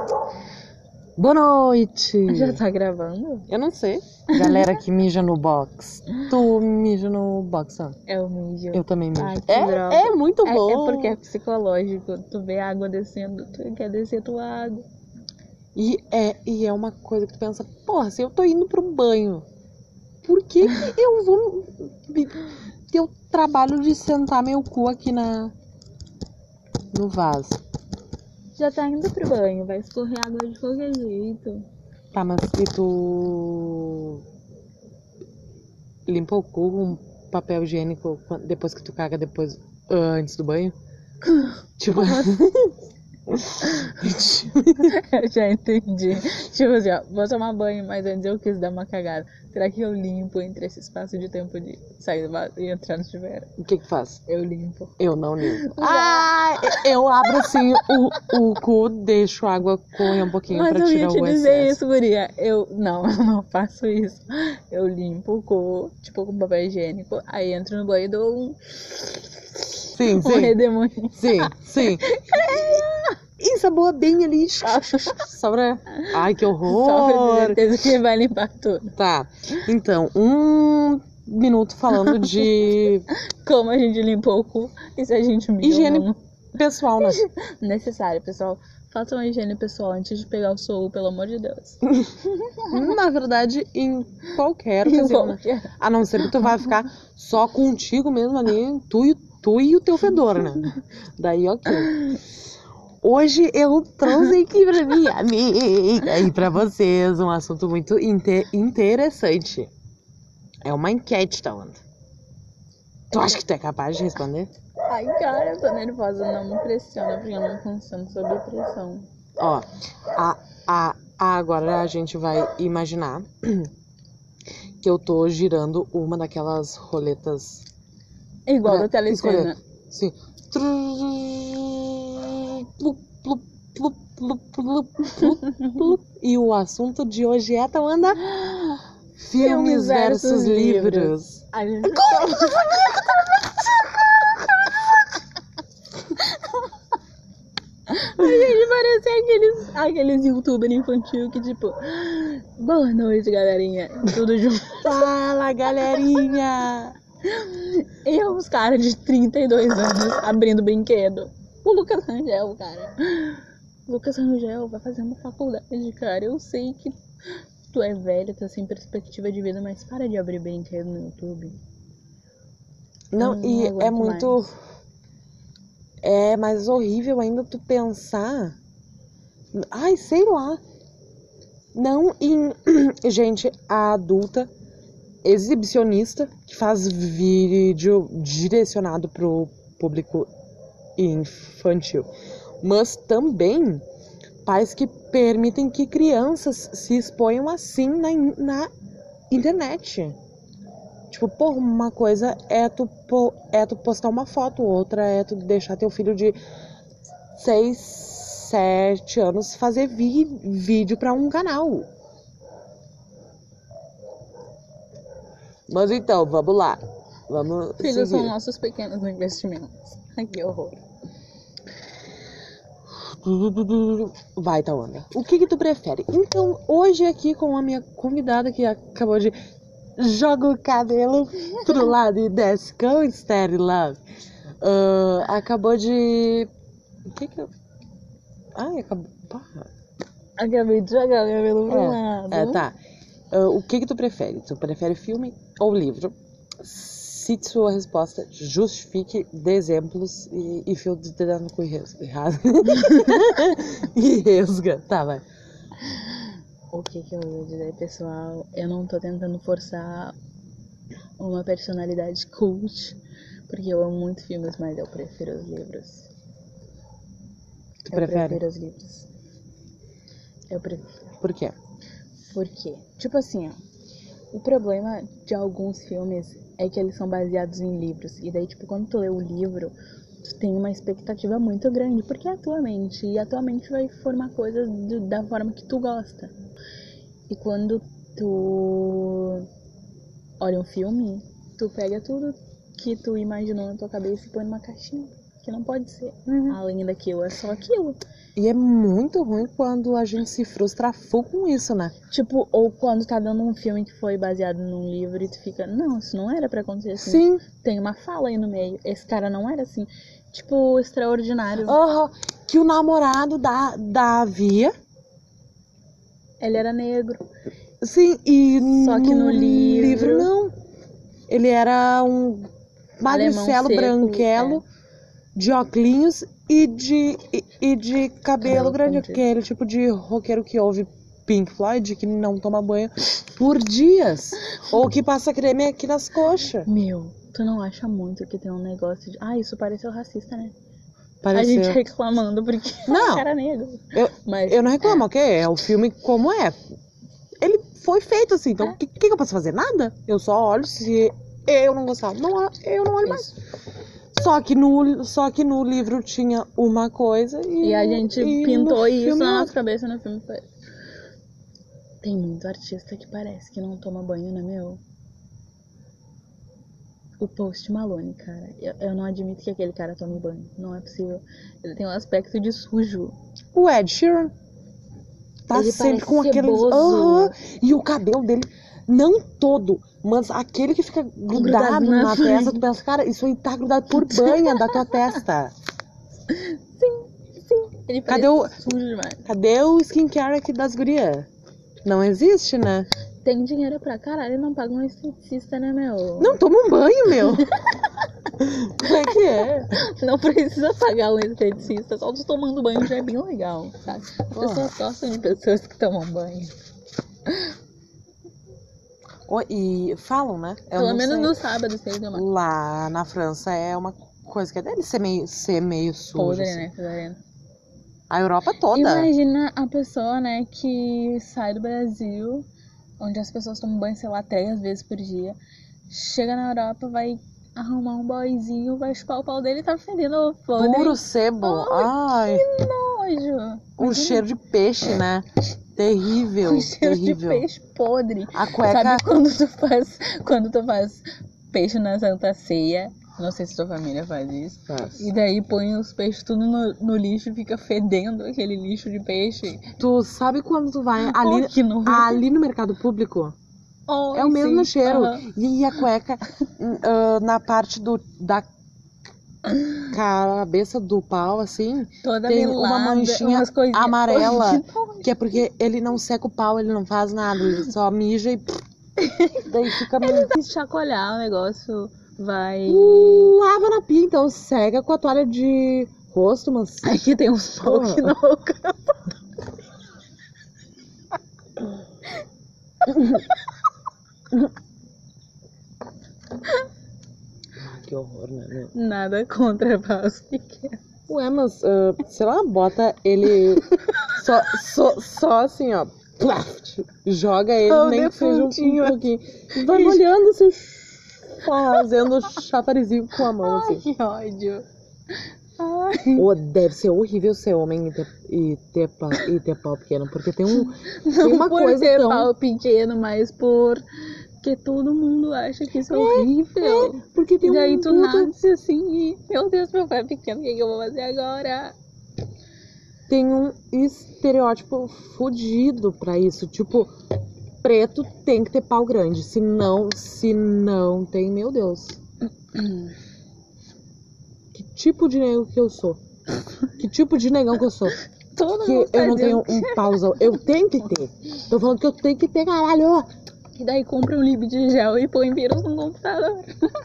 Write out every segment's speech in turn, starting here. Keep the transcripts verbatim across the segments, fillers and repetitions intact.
Boa noite! Já tá gravando? Eu não sei. Galera que mija no box. Tu mija no box, ó. É o mijo. Eu também mijo. Ai, que é, droga. é muito É, bom. é porque é psicológico. Tu vê a água descendo, tu quer descer tua água. E é, e é uma coisa que tu pensa, porra, se eu tô indo pro banho, por que que eu vou ter o trabalho de sentar meu cu aqui na no vaso? Já tá indo pro banho, vai escorrer água de qualquer jeito. Tá, mas e tu limpa o cu com papel higiênico depois que tu caga, depois, antes do banho? Tipo... Eu já entendi. Tipo assim, ó, vou tomar banho, mas antes eu quis dar uma cagada. Será que eu limpo entre esse espaço de tempo de sair do vaso e entrar no chuveiro? O que que faz? Eu limpo. Eu não limpo. Ah, eu abro assim o, o cu, deixo a água correr um pouquinho Mas pra eu tirar ia te o dizer excesso. isso, guria. Eu não, eu não faço isso. Eu limpo o cu, tipo, com papel higiênico. Aí entro no banho e dou um... Sim, um sim. redemoinho. Sim, sim. Isso é boa bem ali. Só pra... Ai, que Só pra ter horror. certeza que vai limpar tudo. Tá, então, um minuto falando de Como a gente limpou o cu e se a gente mijou higiene não. pessoal, né? Necessário, pessoal. Faça uma higiene pessoal antes de pegar o sou, pelo amor de Deus. Na verdade, em qualquer Em ocasião, né? qualquer. A não ser que tu vai ficar só contigo mesmo ali, tu e, tu e o teu fedor, né? Daí, ok. Hoje eu trouxe aqui pra minha amiga e pra vocês um assunto muito inte- interessante. É uma enquete, tá, Wanda? Tu acha que tu é capaz de responder? Ai, cara, eu tô nervosa. Não me pressiona, porque eu não funciona sob pressão. Ó, a, a, agora a gente vai imaginar que eu tô girando uma daquelas roletas. Igual né? da telecena. Sim. Plup, plup, plup, plup, plup, plup, plup. E o assunto de hoje é, Tawanda? Filmes versus livros. A gente A gente parece aqueles, aqueles youtubers infantil que tipo, boa noite, galerinha, tudo junto. Fala, galerinha! E uns caras de trinta e dois anos abrindo brinquedo. O Lucas Rangel, cara. Lucas Rangel vai fazer uma faculdade, cara. Eu sei que tu é velho, tá sem perspectiva de vida, mas para de abrir brinquedo no YouTube. Não, Eu e não é aguento muito... mais. É mais horrível ainda tu pensar... Ai, sei lá. Não em gente adulta, exibicionista, que faz vídeo direcionado pro público infantil. Mas também pais que permitem que crianças se exponham assim na, na internet. Tipo, porra, uma coisa é tu, é tu postar uma foto, outra é tu deixar teu filho de seis, sete anos fazer vi, vídeo pra um canal. Mas então, vamos lá. Vamos Filhos seguir. são nossos pequenos investimentos. Ai, que horror. Vai, Tawanda. O que que tu prefere? Então, hoje aqui com a minha convidada que acabou de joga o cabelo pro lado e desce com Stereo Love. Uh, acabou de... O que que eu... Ai, acabou... Porra. Acabei de jogar meu cabelo pro É, lado. é, tá. Uh, o que que tu prefere? Tu prefere filme ou livro? Cite sua resposta, justifique, dê exemplos e, e fio de dedo no cu e resga. E resga. Tá, vai. O que que eu ia dizer, pessoal? Eu não tô tentando forçar uma personalidade cult, porque eu amo muito filmes, mas eu prefiro os livros. Tu eu prefere? prefiro os livros. Eu prefiro. Por quê? Por quê? Tipo assim, ó. O problema de alguns filmes é que eles são baseados em livros. E daí, tipo, quando tu lê o livro, tu tem uma expectativa muito grande, porque é a tua mente. E a tua mente vai formar coisas do, da forma que tu gosta. E quando tu olha um filme, tu pega tudo que tu imaginou na tua cabeça e põe numa caixinha. que não pode ser. Uhum. Além daquilo, é só aquilo. E é muito ruim quando a gente se frustra full com isso, né? Tipo, ou quando tá dando um filme que foi baseado num livro e tu fica, não, isso não era pra acontecer assim. Sim. Tem uma fala aí no meio. Esse cara não era assim. Tipo, extraordinário. Uhum. Que o namorado da, da Via... Ele era negro. Sim, e Só que no livro... livro não. Ele era um magricelo, seco, branquelo, de óculos e de, e, e de cabelo, Cabelo grande. comprido. Aquele tipo de roqueiro que ouve Pink Floyd, que não toma banho por dias. Ou que passa creme aqui nas coxas. Meu, tu não acha muito que tem um negócio de... Ah, isso pareceu racista, né? Pareceu. A gente reclamando porque Não. o cara é negro. Eu, Mas, eu não reclamo, ok? É o filme como é. Ele foi feito assim, então o É. que, que eu posso fazer? Nada. Eu só olho, se eu não gostar, não, eu não olho mais. Isso. Só que, no, só que no livro tinha uma coisa e, E a gente e pintou no isso filme na outra. nossa cabeça no filme. Foi... Tem muito artista que parece que não toma banho, né, meu? O Post Malone, cara. Eu, eu não admito que aquele cara tome banho. Não é possível. Ele tem um aspecto de sujo. O Ed Sheeran tá Ele sempre parece com aqueles... ceboso. Aham. E o cabelo dele, não todo, mas aquele que fica grudado, Grudado na na frente. testa, tu pensa, cara, isso aí tá grudado por banha da tua testa. Sim, sim. Ele parece Cadê o- sujo demais. Cadê o skincare aqui das gurias? Não existe, né? Tem dinheiro pra caralho e não paga um esteticista, né, meu? Não toma um banho, meu. Como é que é? Não precisa pagar um esteticista. Só tu tomando banho já é bem legal, sabe? As Porra. pessoas gostam de pessoas que tomam banho. Ô, E falam, né? Eu Pelo não menos sei. no sábado, sei tomar. Lá na França é uma coisa que é dele ser meio, ser meio sujo. Podre, assim. né? Fedorento. A Europa toda. Imagina a pessoa, né, que sai do Brasil, onde as pessoas tomam banho, sei lá, três vezes por dia. Chega na Europa, vai arrumar um boyzinho, vai chupar o pau dele e tá fedendo podre. Puro sebo. Ai, Que nojo. um cheiro de peixe, né? Terrível, Um cheiro terrível. de peixe podre. A cueca... Sabe quando tu faz, quando tu faz peixe na Santa Ceia? Não sei se tua família faz isso. Faz. E daí põe os peixes tudo no, no lixo e fica fedendo aquele lixo de peixe. Tu sabe quando tu vai ali, Oh, que nojo. ali no mercado público? Oh, É o mesmo sim. cheiro. Aham. E a cueca ah, na parte do, da cabeça do pau, assim, Toda tem melada, uma manchinha umas coisinhas. amarela. Ai, que nojo. Que é porque ele não seca o pau, ele não faz nada. Ele só mija e... Daí fica... Se chacoalhar o negócio, vai... Lava na pia, então cega com a toalha de rosto, mas... Aqui tem uns pau que não Que horror, né, meu? Nada contra paus pequenos. Ué, mas, ah, sei lá, bota ele só, só, só assim, ó. Plaft, joga ele, Oh, nem que seja um, defuntinho. um pouquinho. Vai molhando, assim, fazendo chafarizinho com a mão, Ai, assim. que ódio. Ai. Ô, deve ser horrível ser homem e ter, e ter, pau, e ter pau pequeno, porque tem, um, tem Não uma por coisa ter tão... pau pequeno, mas por... Porque todo mundo acha que isso é, horrível. Porque tem E daí um tu puta- nasce assim e... Meu Deus, meu pai é pequeno, o que, que eu vou fazer agora? Tem um estereótipo fudido pra isso. Tipo, preto tem que ter pau grande. Se não, se não tem, meu Deus. Que tipo de negão que eu sou? Que tipo de negão que eu sou? Todo Que mundo tá eu não tenho dizendo um pauzão. Eu tenho que ter. Tô falando que eu tenho que ter, caralho. E daí compra um lib de gel e põe vírus no computador.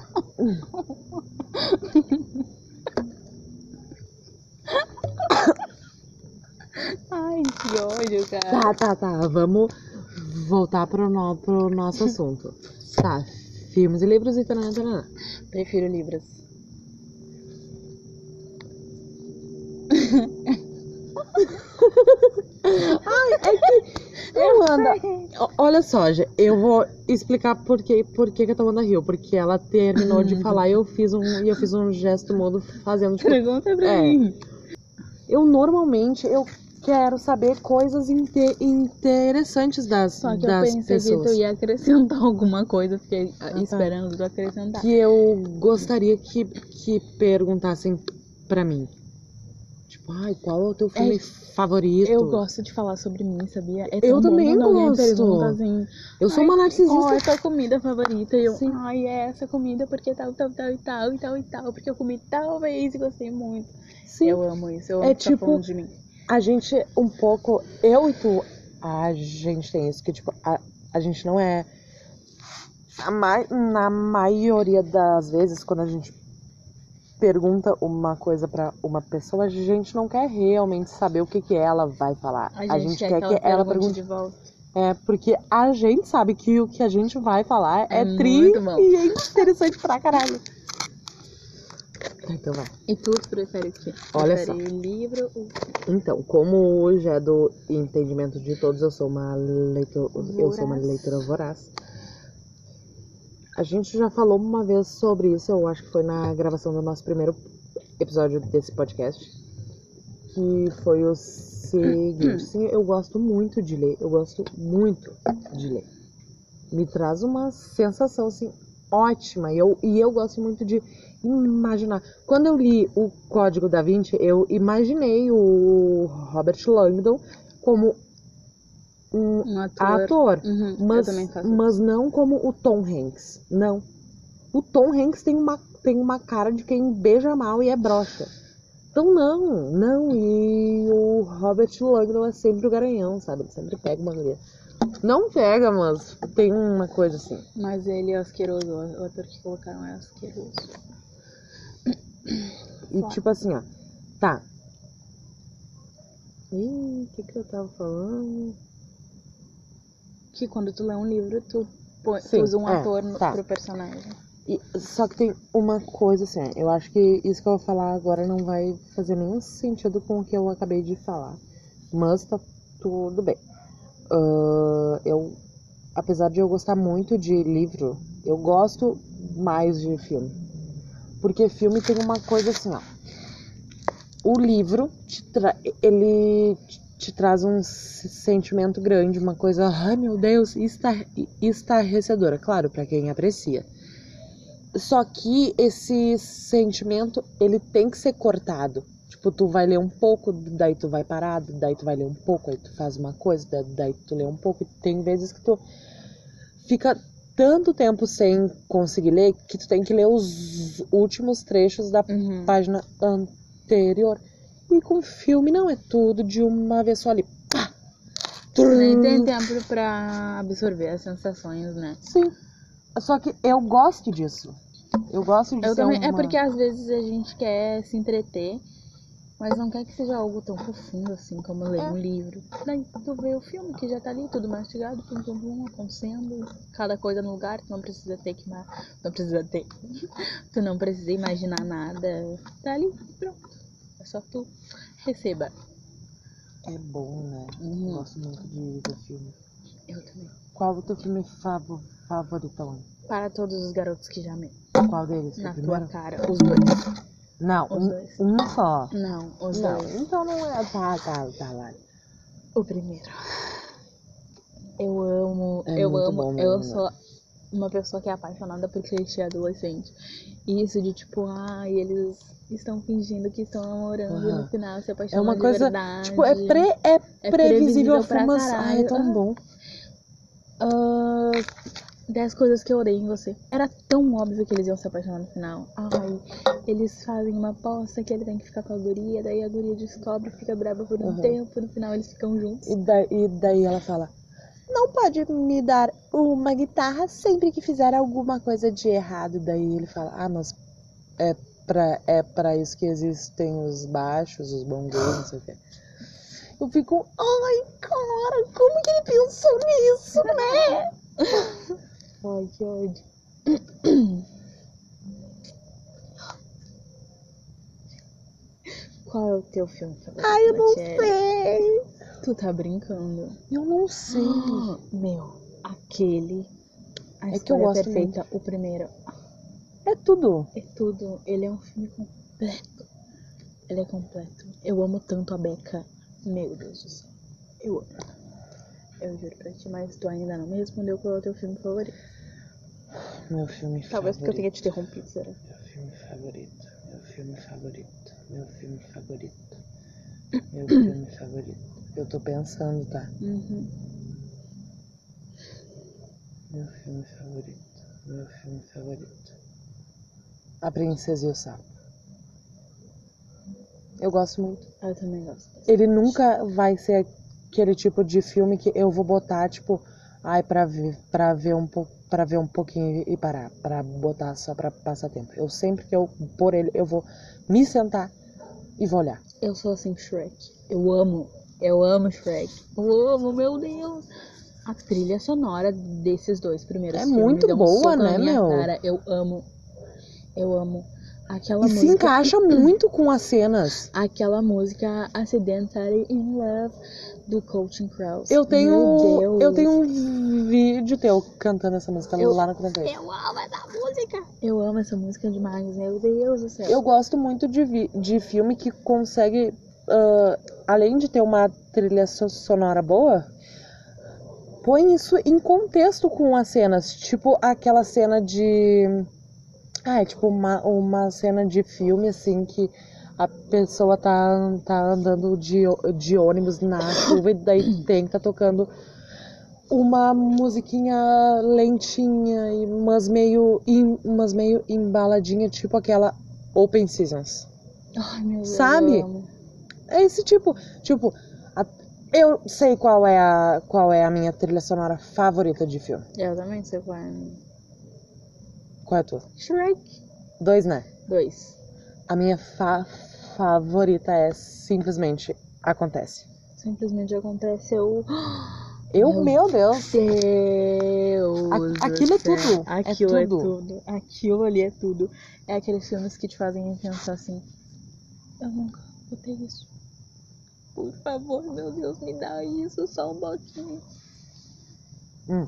Ai, que ódio, cara. Tá, tá, tá. Vamos voltar pro, no, pro nosso assunto. Tá. Filmes e livros e tanana, tanana. Prefiro livros. Ai, é que... Amanda, o- olha só, Gê, eu vou explicar por que, por que, que a Amanda riu. Porque ela terminou de falar e eu fiz um, e eu fiz um gesto mudo fazendo tipo... Pergunta pra É. mim. Eu normalmente, eu quero saber coisas inte- interessantes das, Só que eu das pensei pessoas. que tu ia acrescentar alguma coisa. Fiquei tá. esperando tu acrescentar. Que eu gostaria que, que perguntassem pra mim. Tipo, ai, qual é o teu filme É, favorito? Eu gosto de falar sobre mim, sabia? É Eu tão bom também quando alguém gosto. pergunta assim... Eu sou ai, uma Qual é narcisista. a tua comida favorita? E eu, Sim. ai, é essa comida porque tal, tal, tal e tal, e tal e tal. Porque eu comi tal vez e gostei muito. Sim. Eu amo isso, eu amo É ficar tipo, falando de mim. a gente um pouco... Eu e tu, a gente tem isso, que tipo, a, a gente não é... A mai, na maioria das vezes, quando a gente pergunta uma coisa pra uma pessoa, a gente não quer realmente saber o que, que ela vai falar. A gente, A gente quer, quer que que ela pergunte pergunte. de volta. É, porque a gente sabe que o que a gente vai falar é, É tri muito bom. e é interessante pra caralho. Então vai. E tu prefere o quê? Olha Prefere só. livro ou... Então, como hoje é do entendimento de todos, eu sou uma leitora, eu sou uma Voraz. leitora voraz. A gente já falou uma vez sobre isso, eu acho que foi na gravação do nosso primeiro episódio desse podcast, que foi o seguinte. Sim, eu gosto muito de ler, eu gosto muito de ler. Me traz uma sensação assim ótima, e eu, e eu gosto muito de imaginar. Quando eu li o Código da Vinci, eu imaginei o Robert Langdon como um, Um ator. ator, Uhum, eu mas, também faço mas isso. não como o Tom Hanks, não. O Tom Hanks tem uma, tem uma cara de quem beija mal e é broxa. Então não, não, e o Robert Langdon é sempre o garanhão, sabe? Ele sempre pega uma mulher. Não pega, mas tem uma coisa assim. Mas ele é asqueroso, o ator que colocaram é asqueroso. E Foda. tipo assim, ó, tá. Ih, o que que eu tava falando? Que quando tu lê um livro, tu, põe, tu Sim, usa um é, ator no, tá. pro personagem. E, só que tem uma coisa assim, eu acho que isso que eu vou falar agora não vai fazer nenhum sentido com o que eu acabei de falar. Mas tá tudo bem. Uh, eu, apesar de eu gostar muito de livro, eu gosto mais de filme. Porque filme tem uma coisa assim, ó. O livro, te tra- ele te, te traz um s- sentimento grande, uma coisa, ai meu Deus, estar- estarrecedora. Claro, pra quem aprecia. Só que esse sentimento, ele tem que ser cortado. Tipo, tu vai ler um pouco, daí tu vai parar, daí tu vai ler um pouco, aí tu faz uma coisa, daí tu lê um pouco. E tem vezes que tu fica tanto tempo sem conseguir ler que tu tem que ler os últimos trechos da Uhum. página anterior. E com filme não, é tudo de uma vez só ali. Pá! Nem tem tempo pra absorver as sensações, né? Sim. Só que eu gosto disso. Eu gosto de Eu ser também. uma... É porque às vezes a gente quer se entreter, mas não quer que seja algo tão profundo assim como ler É. um livro. Daí tu vê o filme que já tá ali, tudo mastigado, pum, pum, pum, acontecendo, cada coisa no lugar, tu não precisa ter que. ma- Não precisa ter. Tu não precisa imaginar nada. Tá ali, pronto. É só tu receba. É bom, né? Uhum. Eu gosto muito de ver filme. Eu também. Qual o teu filme fav favoritão? Para todos os garotos que já me. Qual deles? Na o tua primeiro? cara, os dois. Não, Os um, dois. um só. Não, os Não, dois. então não é. Tá, tá, tá lá. O primeiro. Eu amo, É eu muito amo, bom eu mesmo, sou uma pessoa que é apaixonada por clichê adolescente. E isso de tipo, ai, eles estão fingindo que estão namorando e no Aham. final se É apaixonam uma de coisa. verdade. Tipo, é, pre, é, É previsível, previsível pra mas. Ai, é caralho. tão Aham. bom. Ah, dez coisas que eu odeio em você. Era tão óbvio que eles iam se apaixonar no final. Ai, eles fazem uma aposta que ele tem que ficar com a guria, daí a guria descobre, fica brava por um Uhum. tempo, no final eles ficam juntos. E daí, e daí ela fala: não pode me dar uma guitarra sempre que fizer alguma coisa de errado. Daí ele fala: ah, mas é pra, é pra isso que existem os baixos, os bongos, não sei o quê. Eu fico: ai, cara, como que ele pensou nisso, né? Ai, que ódio. Qual é o teu filme favorito? Ai, eu não Natiele? sei. Tu tá brincando? Eu não sei. Ah, meu, aquele. A É que eu História gosto Perfeita, o primeiro. É tudo. É tudo. Ele é um filme completo. Ele é completo. Eu amo tanto a Becca. Meu Deus do céu. Eu amo. Eu juro pra ti, mas tu ainda não me respondeu qual é o teu filme favorito. Meu filme Talvez favorito. porque eu tenha te interrompido, será? Meu filme favorito. Meu filme favorito. Meu filme favorito. Meu filme favorito. Eu tô pensando, tá? Uhum. Meu filme favorito. Meu filme favorito. A Princesa e o Sapo. Eu gosto muito. Eu também gosto. Ele nunca vai ser aquele tipo de filme que eu vou botar, tipo, ai, pra ver, pra ver um pouco, pra ver um pouquinho e parar, pra botar só pra passar tempo. Eu sempre que eu pôr ele, eu vou me sentar e vou olhar. Eu sou assim, Shrek. Eu amo. Eu amo Shrek. Eu amo, meu Deus. A trilha sonora desses dois primeiros É filmes muito é um boa, soco na né, minha meu? cara. Eu amo. Eu amo. Aquela E música... se encaixa muito com as cenas. Aquela música Accidentally in Love do Coaching Crows. Eu tenho, Meu Deus. eu tenho um vídeo teu cantando essa música Eu- lá no comentário. Eu amo essa música. Eu amo essa música demais. Meu Deus do céu. Eu gosto muito de, vi- de filme que consegue, ah, além de ter uma trilha so- sonora boa, põe isso em contexto com as cenas. Tipo aquela cena de... Ah, é tipo uma, uma cena de filme, assim, que a pessoa tá, tá andando de, ô- de ônibus na chuva e daí tem que tá tocando uma musiquinha lentinha, e umas meio, em- umas meio embaladinha, tipo aquela Open Seasons. Ai, meu Deus. Sabe? Eu amo. É esse tipo, tipo, a- eu sei qual é, a, qual é a minha trilha sonora favorita de filme. Eu também sei qual é. Qual é a tua? Shrek. Dois, né? Dois. A minha fa favorita é simplesmente Acontece. Simplesmente aconteceu. Eu, Meu meu Deus. Deus. A- aquilo é do céu. tudo, é Aquilo é tudo. tudo. Aquilo ali é tudo. É aqueles filmes que te fazem pensar assim. Eu nunca vou ter isso. Por favor, meu Deus, me dá isso só um pouquinho. Hum.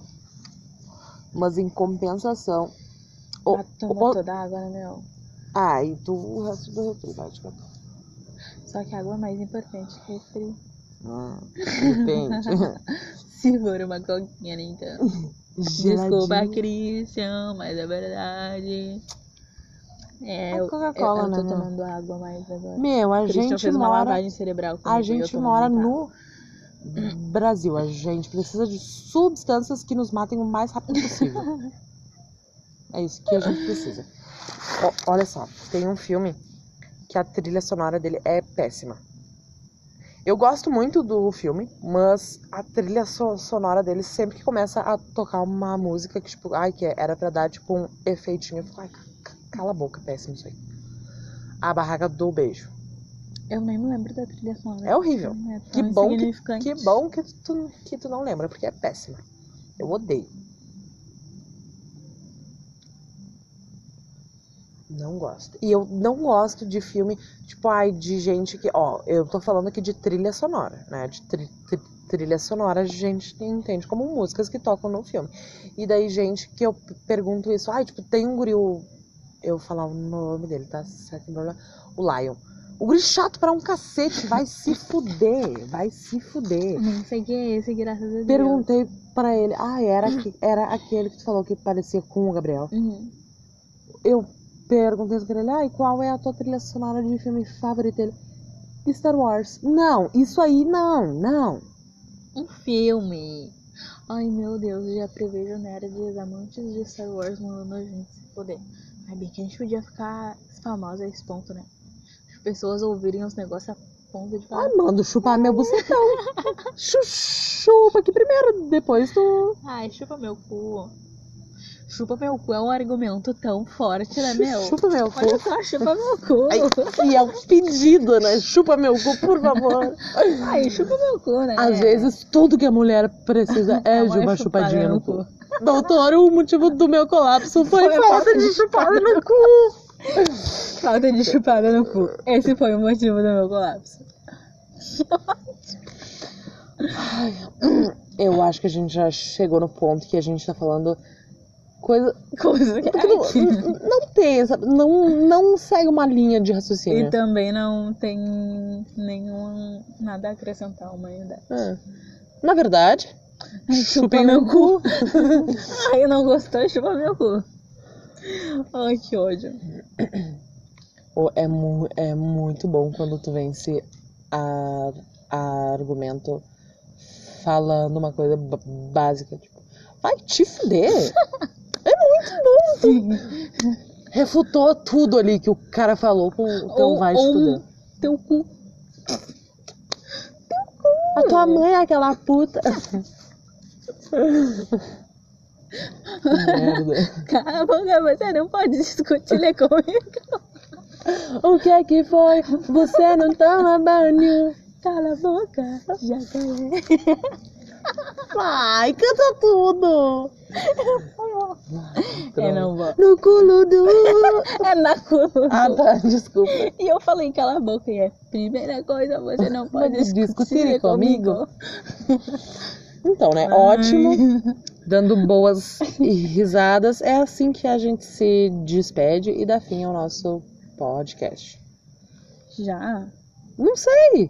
Mas em compensação. o- Ah, tomou o- toda a água, né, meu? Ah, e tu o resto do refri vai te contar. Só que a água é mais importante que refri. Ah, depende. Se for uma coquinha, né, então. Desculpa, Christian, mas é verdade. É, É eu, Coca-Cola, eu, eu tô né, meu? tomando água mais agora. Meu, a Christian gente fez uma mora. lavagem cerebral comigo A e eu gente tô mora mandando no Brasil. A gente precisa de substâncias que nos matem o mais rápido possível. É isso que a gente precisa. Ó, olha só, tem um filme que a trilha sonora dele é péssima. Eu gosto muito do filme, mas a trilha so- sonora dele, sempre que começa a tocar uma música que, tipo, ai, que era pra dar, tipo, um efeitinho, eu fico, ai, c- cala a boca, péssimo isso aí. A Barraca do Beijo. Eu nem me lembro da trilha sonora. É horrível. É Que tão bom que, insignificante. que bom que tu, que tu não lembra, porque é péssima. Eu odeio. Não gosto. E eu não gosto de filme, tipo, ai, de gente que... Ó, eu tô falando aqui de trilha sonora, né? De tri, tri, trilha sonora a gente entende como músicas que tocam no filme. E daí, gente, que eu pergunto isso... Ai, tipo, tem um guri... o- Eu vou falar o nome dele, tá? Certo? O Lion. O guri chato pra um cacete. Vai se fuder. Vai se fuder. Nem sei quem é esse, graças a Deus. Perguntei pra ele... Ah, era, aqui, era aquele que tu falou que parecia com o Gabriel. Uhum. Eu perguntei pra ele, ah, e qual é a tua trilha sonora de filme favorito dele? Star Wars. Não, isso aí não, não. Um filme. Ai, meu Deus, eu já prevejo nerds amantes de Star Wars mandando a gente se foder. Ai, bem que a gente podia ficar famosa a esse ponto, né? As pessoas ouvirem os negócios a ponto de falar. Ai, mando chupar meu bucetão. Chu- Chupa aqui primeiro, depois tu... Ai, chupa meu cu. Chupa meu cu é um argumento tão forte, né, meu? Chupa meu cu. Olha só, chupa meu cu. Ai, e é um pedido, né? Chupa meu cu, por favor. Ai, chupa meu cu, né? Às vezes, tudo que a mulher precisa é de uma chupadinha no cu. Doutor, o motivo do meu colapso foi, Foi a falta falta de de chupada no cu. Falta de chupada no cu. Esse foi o motivo do meu colapso. Eu acho que a gente já chegou no ponto que a gente tá falando coisa... Coisa que... Porque não, não tem, sabe? Não, não segue uma linha de raciocínio. E também não tem nenhum nada a acrescentar uma ainda. É. Na verdade, Ai, chupem chupa meu meu cu. Ai, não gostou, chupa meu cu. Ai, que ódio. Ou é, mu é muito bom quando tu vence a, a argumento falando uma coisa básica, tipo, vai te fuder. É muito bom. Tu refutou tudo ali que o cara falou com o teu Ou, vai te ou fuder. teu cu. A tua mãe é aquela puta. Merda. Cala a boca, você não pode discutir comigo. O que é que foi? Você não toma banho. Cala a boca, jacaré. Ai, canta tudo. Eu não vou. No culo do... É na culo. Ah, tá, desculpa. E eu falei cala a boca e é primeira coisa, você não pode Vamos discutir, discutir comigo. Então, né, Ai. ótimo. Dando boas risadas. É assim que a gente se despede e dá fim ao nosso podcast. Já? Não sei.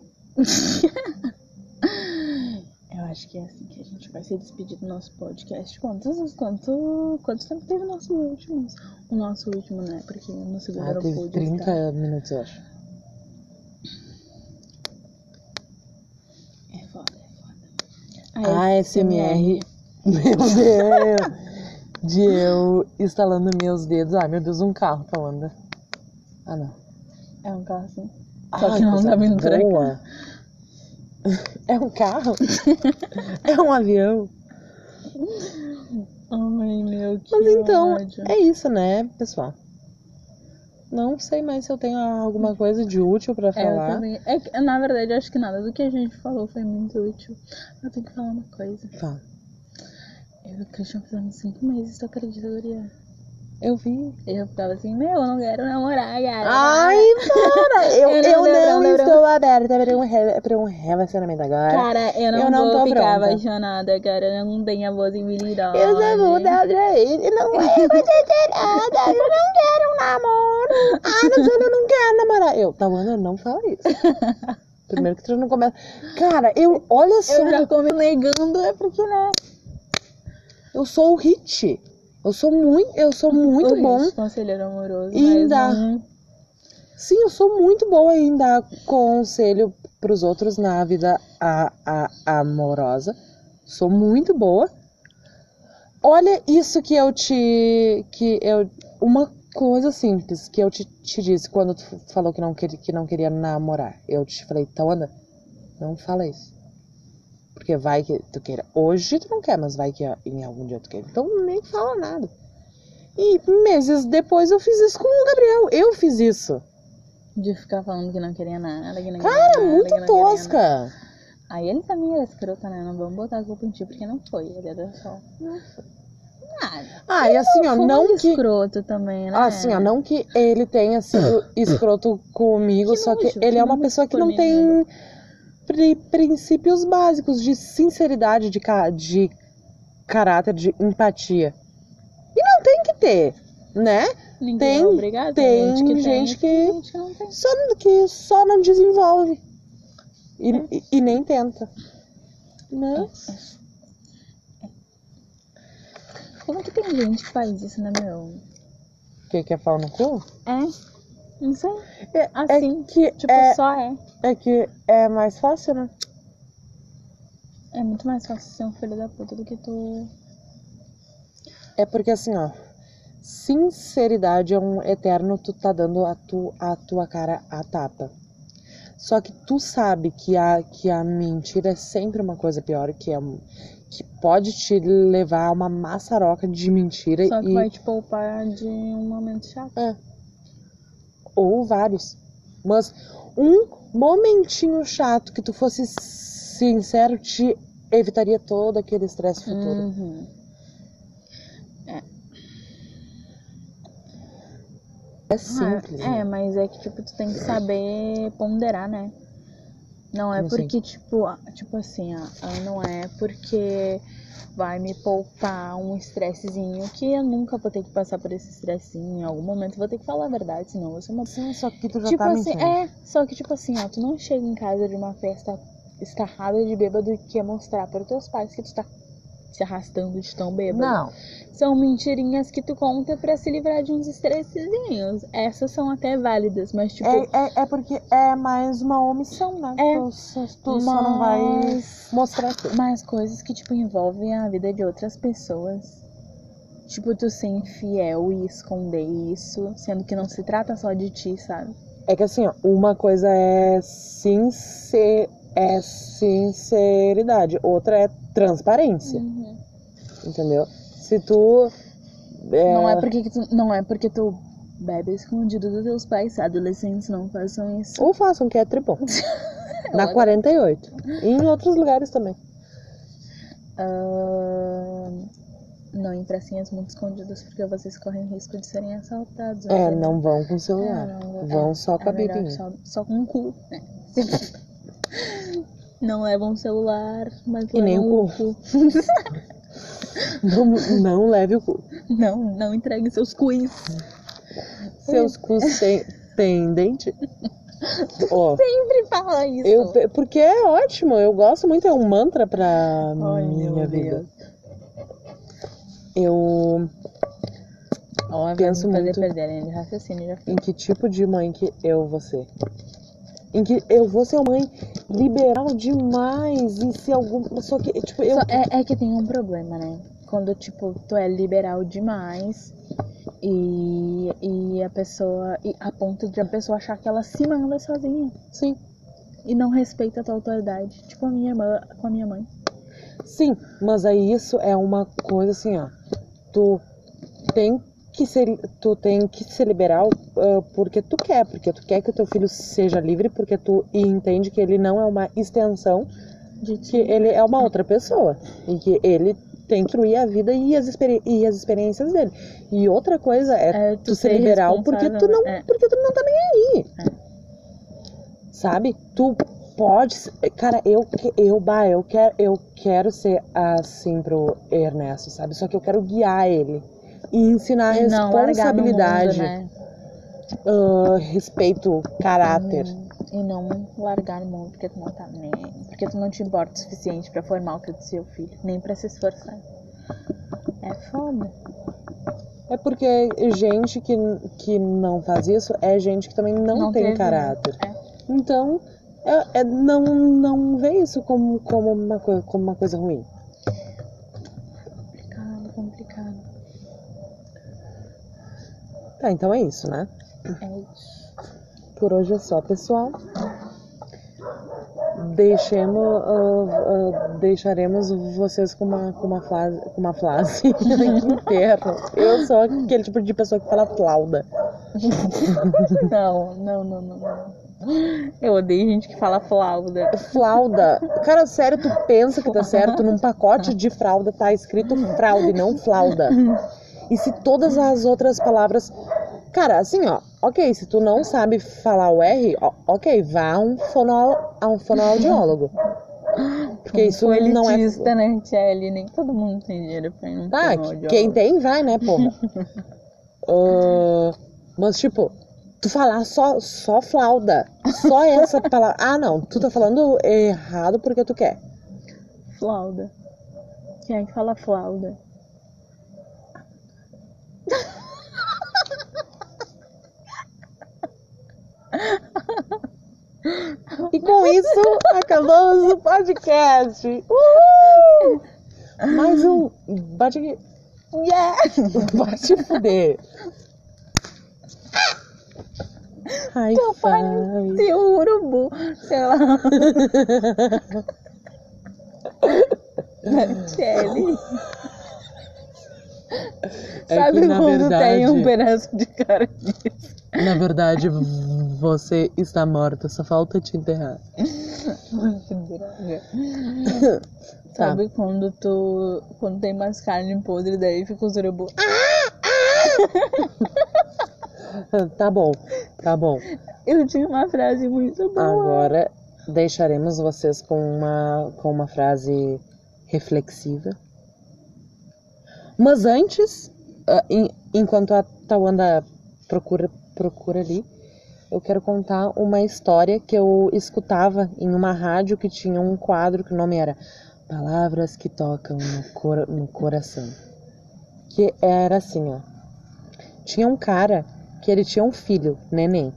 Eu acho que é assim que a gente vai se despedir do nosso podcast. Quantos, quanto, quanto tempo teve o nosso último? O nosso último, né? Porque no segundo Ah, era o teve podcast. trinta minutos, eu acho. É foda, é foda. A S M R. Meu Deus. De eu instalando meus dedos. Ai, meu Deus, um carro falando. Ah, não. É um carro assim. Só Ai, que não coisa tá vindo pra cá. boa. É um carro? É um avião? Ai, meu, que Mas então, ódio. é isso, né, pessoal? Não sei mais se eu tenho alguma coisa de útil pra É, eu falar. também. É que, na verdade, eu acho que nada do que a gente falou foi muito útil. Eu tenho que falar uma coisa. Fala. Eu e o Christian fizemos cinco meses, tu acredita, Guria? Eu vi. Eu ficava assim, meu, eu não quero namorar, cara. Ai, para! Eu, Eu eu não não, lembro, não estou aberta pra um, re- pra um relacionamento agora. Cara, eu não, Eu não vou tô ficar pronta. apaixonada, cara. Eu não tenho a possibilidade. Eu só vou dar pra ele. Não vai acontecer nada. Eu não quero um namoro. Ah, não sei, eu não quero namorar. Eu, Tawana, não fala isso. Primeiro que tu não começa. Cara, eu, olha só. Eu já tô me negando, é porque, né? Eu sou o hit. Eu sou muito, eu sou muito o bom. Rich, conselheiro amoroso, em mas dar- não... Sim, eu sou muito boa em dar conselho pros outros na vida a, a, amorosa. Sou muito boa. Olha isso que eu te... que eu uma coisa simples que eu te, te disse quando tu falou que não, queria, que não queria namorar. Eu te falei, Tawana, não fala isso. Porque vai que tu queira. Hoje tu não quer, mas vai que em algum dia tu queira. Então nem fala nada. E meses depois eu fiz isso com o Gabriel. Eu fiz isso. De ficar falando que não queria nada, que não Cara, queria nada, que muito não queria nada. tosca. Aí ele também era escroto, né? Não vamos botar a culpa em ti, porque não foi. Ele era só... Nada. Ah, e assim, ó, Foi não muito que... escroto também, né? Assim, ó, não que ele tenha sido escroto comigo, Que só que nojo, ele que é uma nojo pessoa que por não mim, tem pri- princípios básicos de sinceridade, de, ca- de caráter, de empatia. E não tem que ter, né? Ninguém Tem- é obrigado. tem gente que gente tem, que- tem gente que não tem. Só, que só não desenvolve. E, e, e nem tenta. Mas... Como que tem gente que faz isso, né, meu? Que quer falar no cu? É, não sei. É, Assim, é que tipo, é, só é. é que é mais fácil, né? É muito mais fácil ser um filho da puta do que tu... É porque assim, ó, sinceridade é um eterno, tu tá dando a, tu, a tua cara a tapa. Só que tu sabe que a, que a mentira é sempre uma coisa pior, que é um- que pode te levar a uma maçaroca de mentira Só que e vai te poupar de um momento chato. é, ou vários. Mas um momentinho chato que tu fosse sincero te evitaria todo aquele estresse futuro. Uhum. É simples. Ah, é, né? mas é que, tipo, tu tem que saber ponderar, né? Não é Como assim? porque, tipo, ah, tipo assim, ó, ah, não é porque vai me poupar um estressezinho que eu nunca vou ter que passar por esse estressinho. Em algum momento eu vou ter que falar a verdade, senão eu vou ser uma... Sim, só que tu já Tipo tá assim, mentindo. é, só que tipo assim, ó, tu não chega em casa de uma festa escarrada de bêbado e quer mostrar para os teus pais que tu tá se arrastando de tão bêbado. Não. São mentirinhas que tu conta pra se livrar de uns estressezinhos. Essas são até válidas, mas tipo... É, é, é porque é mais uma omissão, né? É, Tu, tu só não vai mas... mostrar tudo. Mas coisas que, tipo, envolvem a vida de outras pessoas. Tipo, tu ser infiel e esconder isso, sendo que não se trata só de ti, sabe? É que assim, ó, uma coisa é, sincer... é sinceridade, outra é transparência. Uhum. Entendeu? Se tu... É... Não é porque que tu, não é porque tu bebe escondido dos teus pais, adolescentes não façam isso. Ou façam, que é tribom. Na quarenta e oito. E em outros lugares também. Uh, não em pracinhas muito escondidas, porque vocês correm risco de serem assaltados. É, né? não vão com celular. É, não, vão é, só com é a bebinha. Só, só com o cu, né? Não levam o celular, mas E nem levam o cu. Não, não leve o cu. Não, não entregue seus cuis. Seus cus têm, têm dente? Ó, Sempre fala isso. eu, porque é ótimo, eu gosto muito, é um mantra pra Ai, minha meu vida. Deus. Eu Ó, penso fazer muito perder a linha de raciocínio já em que tipo de mãe que eu vou ser. Em que eu vou ser uma mãe liberal demais. E se algum. Só que, tipo, eu. Só é, é que tem um problema, né? Quando, tipo, tu é liberal demais e, e a pessoa. E a ponto de a pessoa achar que ela se manda sozinha. Sim. E não respeita a tua autoridade. Tipo a minha irmã com a minha mãe. Sim, mas aí isso é uma coisa assim, ó. Tu tem que ser, tu tem que ser liberal uh, porque tu quer, porque tu quer que o teu filho seja livre, porque tu entende que ele não é uma extensão, de que ele é uma outra pessoa e que ele tem que construir a vida e as, experi e as experiências dele. E outra coisa é, é tu, tu ser, ser liberal porque tu não, é. porque tu não tá nem aí. É. Sabe? Tu pode, cara, eu eu bah, eu quero eu quero ser assim pro Ernesto, sabe? Só que eu quero guiar ele. E ensinar e responsabilidade, mundo, né? uh, respeito, caráter. Hum, e não largar no mundo porque tu não tá nem. Porque tu não te importa o suficiente pra formar o teu seu filho, nem pra se esforçar. É foda. É porque gente que, que não faz isso é gente que também não, não tem teve, caráter. É. Então, é, é, não, não vê isso como, como, uma, como uma coisa ruim. Complicado, complicado. Tá, então é isso, né? É isso. Por hoje é só, pessoal. Deixemos, uh, uh, deixaremos vocês com uma, com uma frase, com uma frase que interno. Eu sou aquele tipo de pessoa que fala flauda. Não, não, não, não, não. Eu odeio gente que fala flauda. Flauda. Cara, sério, tu pensa que tá certo? Num pacote de fralda tá escrito fralda e não flauda. E se todas as outras palavras... Cara, assim, ó, ok, se tu não sabe falar o R, ó, ok, vá a um, fono, a um fonoaudiólogo. Porque isso não é... né, Tchelle? Nem todo mundo tem dinheiro pra ir num ah, fonoaudiólogo. Quem tem, vai, né, porra? uh, mas, tipo, tu falar só, só flauda, só essa palavra... Ah, não, tu tá falando errado porque tu quer. Flauda. Quem é que fala flauda? E com isso, acabamos o podcast. Uh! Mais um. Bate aqui. Yeah! Vai te fuder. High Teu pai tem um urubu, sei lá. Kelly. É Sabe que, na quando verdade, tem um pedaço de cara disso? Na verdade, você está morta, só falta te enterrar. Que droga. Sabe tá. quando tu. Quando tem mais carne podre, daí fica os urubu. Tá bom, tá bom. Eu tinha uma frase muito boa. Agora deixaremos vocês com uma, com uma frase reflexiva. Mas antes, uh, enquanto a Tawanda procura, procura ali, eu quero contar uma história que eu escutava em uma rádio que tinha um quadro que o nome era Palavras que tocam no, cor... no coração. Que era assim, ó. Tinha um cara que ele tinha um filho, neném.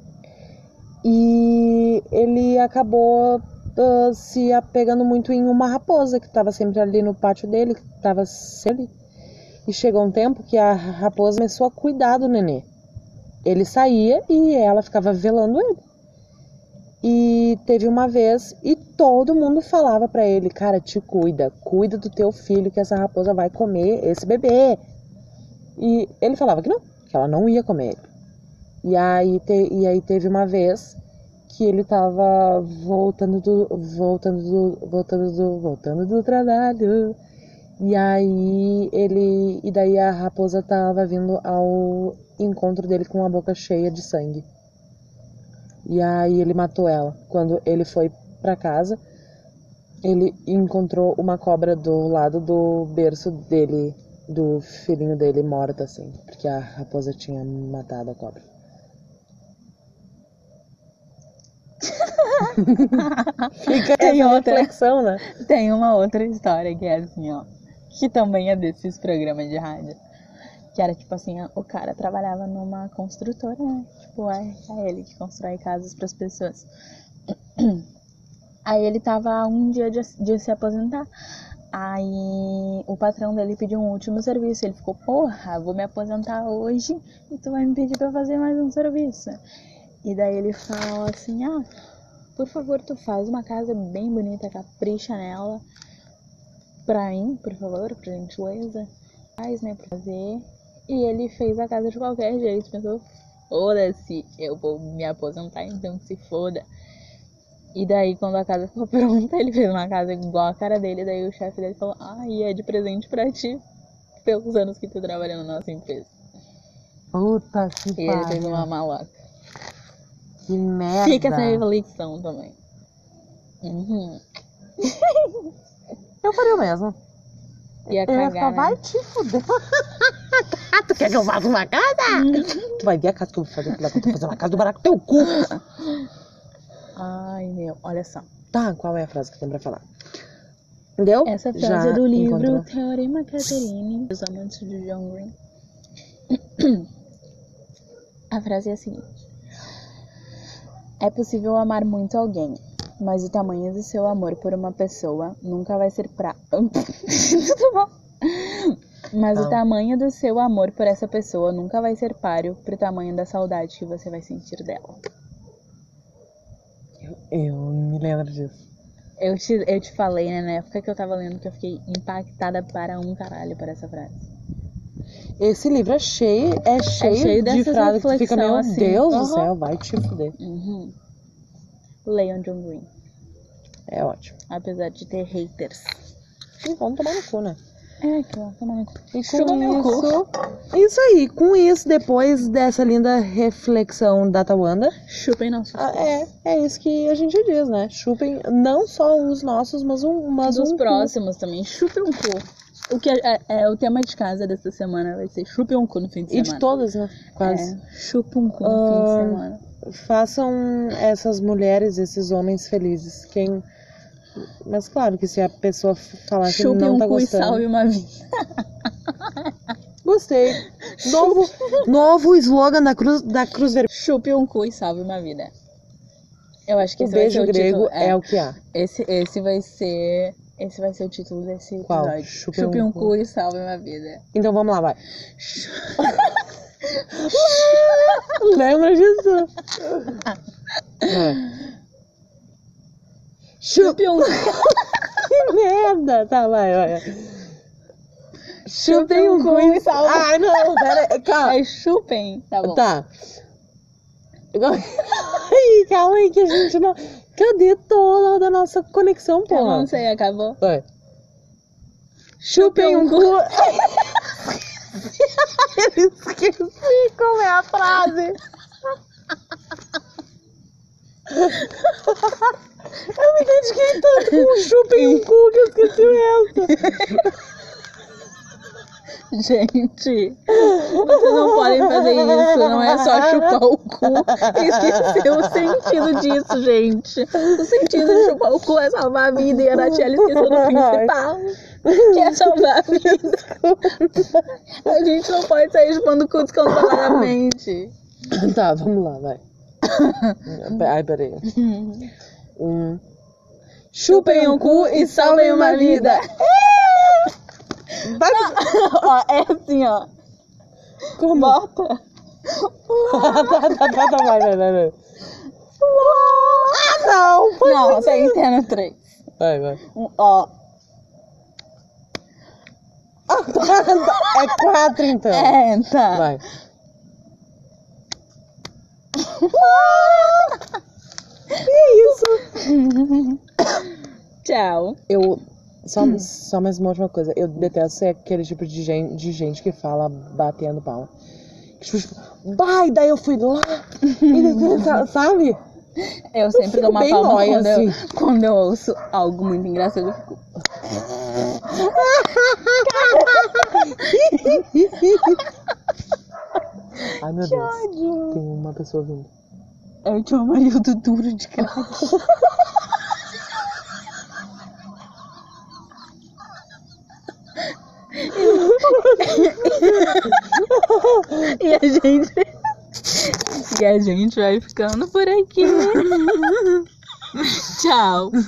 E ele acabou uh, se apegando muito em uma raposa que estava sempre ali no pátio dele, que estava sempre. E chegou um tempo que a raposa começou a cuidar do nenê. Ele saía e ela ficava velando ele. E teve uma vez e todo mundo falava pra ele, cara, te cuida, cuida do teu filho que essa raposa vai comer esse bebê. E ele falava que não, que ela não ia comer ele. E aí, te, e aí teve uma vez que ele tava voltando do, voltando do, voltando do, voltando do trabalho. E aí ele, e daí a raposa tava vindo ao encontro dele com a boca cheia de sangue. E aí ele matou ela. Quando ele foi pra casa, ele encontrou uma cobra do lado do berço dele, do filhinho dele, morta assim, porque a raposa tinha matado a cobra. Fica Tem essa outra reflexão, né? Tem uma outra história que é assim, ó, que também é desses programas de rádio. Que era tipo assim, o cara trabalhava numa construtora, né? Tipo, é, é ele que constrói casas pras pessoas. Aí ele tava um dia de, de se aposentar. Aí o patrão dele pediu um último serviço. Ele ficou, porra, vou me aposentar hoje e tu vai me pedir pra fazer mais um serviço. E daí ele fala assim, ah, por favor, tu faz uma casa bem bonita, capricha nela. Pra mim, por favor, por gentileza. Faz, né, pra fazer. E ele fez a casa de qualquer jeito. Pensou, foda-se, eu vou me aposentar, então se foda. E daí, quando a casa ficou pronta, ele fez uma casa igual a cara dele. Daí o chefe dele falou, ah, e é de presente pra ti, pelos anos que tu trabalhou na nossa empresa. Puta que pariu. E ele fez uma maloca. Que merda. Fica essa reflexão também. Uhum. Eu faria o mesmo. Ia Eu ia cagar, ficar, né? vai te fuder. Tu quer que eu faça uma casa? Tu vai ver a casa que eu vou fazer. Eu vou fazer uma casa do barato teu cu. Ai, meu, olha só. Tá, qual é a frase que tem pra falar? Entendeu? Essa frase Já é do livro encontrou? Teorema Catherine, dos amantes de John Green. A frase é a seguinte. É possível amar muito alguém, mas o tamanho do seu amor por uma pessoa nunca vai ser pra... Tudo bom? Mas Não. o tamanho do seu amor por essa pessoa nunca vai ser páreo pro tamanho da saudade que você vai sentir dela. Eu, eu me lembro disso. Eu te, eu te falei, né, na época que eu tava lendo, que eu fiquei impactada para um caralho por essa frase. Esse livro é cheio, é cheio, É cheio de dessas frase que tu fica, meu reflexão, assim. Deus do Uhum. céu, vai te fuder. Uhum. Leiam John Green. É ótimo. Apesar de ter haters. E vamos tomar no cu, né? É, que lá, toma no cu. E Chupa com meu cu. isso, isso aí, com isso, depois dessa linda reflexão da Tawanda, Chupem nossos ah, cus. é, é isso que a gente diz, né? Chupem não só os nossos, mas um, mas Dos um próximos também. Chupem um cu. O, que é, é, é, o tema de casa dessa semana vai ser chupem um cu no fim de E semana. de todas, né? Quase. É, chupa um cu no Ah, fim de semana. Façam essas mulheres, esses homens felizes. Quem... Mas claro que se a pessoa falar que Chupem não um tá cu gostando... e salve uma vida. Gostei. Novo, novo slogan da Cruz, da Cruz Vermelha. Chupe um cu e salve uma vida. Eu acho que O esse vai ser beijo o grego título. é o que há. Esse, esse vai ser. Esse vai ser o título desse Qual? episódio. Chupe Chupe um um cu. cu e salve uma vida. Então vamos lá, vai. Lembra disso? É. Chupe um Que merda! Tá, vai, vai. Chupem um cu e salve. Ai, não, pera aí, calma. É chupem. Tá bom. Tá. Ai, calma aí que a gente não... Cadê toda a nossa conexão, Eu porra? não sei, acabou. Vai. Chupem um cu. Eu esqueci como é a frase. Eu me dediquei tanto com chupem um cu que eu esqueci essa. Gente, vocês não podem fazer isso. Não é só chupar o cu. Esqueceu o sentido disso, gente. O sentido de chupar o cu é salvar a vida. E a Natiele esqueceu do principal, que é salvar a vida. A gente não pode sair chupando o cu descontroladamente. Tá, vamos lá, vai. Ai, peraí. Um. Chupem o cu e salvem uma vida. Vai. Ó, é assim, ó. Como? Bota. tá, tá, tá, tá, vai, vai, vai, vai. Ah, não! Pode Não, fazer. tem cena três. Vai, vai. Um, ó. É quatro, então. É, tá. Vai. Que isso? Tchau. Eu... Só, só mais uma última coisa. Eu detesto ser aquele tipo de gente, de gente que fala batendo palma. Tipo, tipo, vai, daí eu fui lá. E, sabe? Eu sempre fico dou uma bem palma nóia, quando, assim. eu, quando eu ouço algo muito engraçado. Eu fico... Ai, meu Deus. Tem uma pessoa vindo. É o tio Amarildo duro de crack. E a gente... E a gente vai ficando por aqui. Tchau.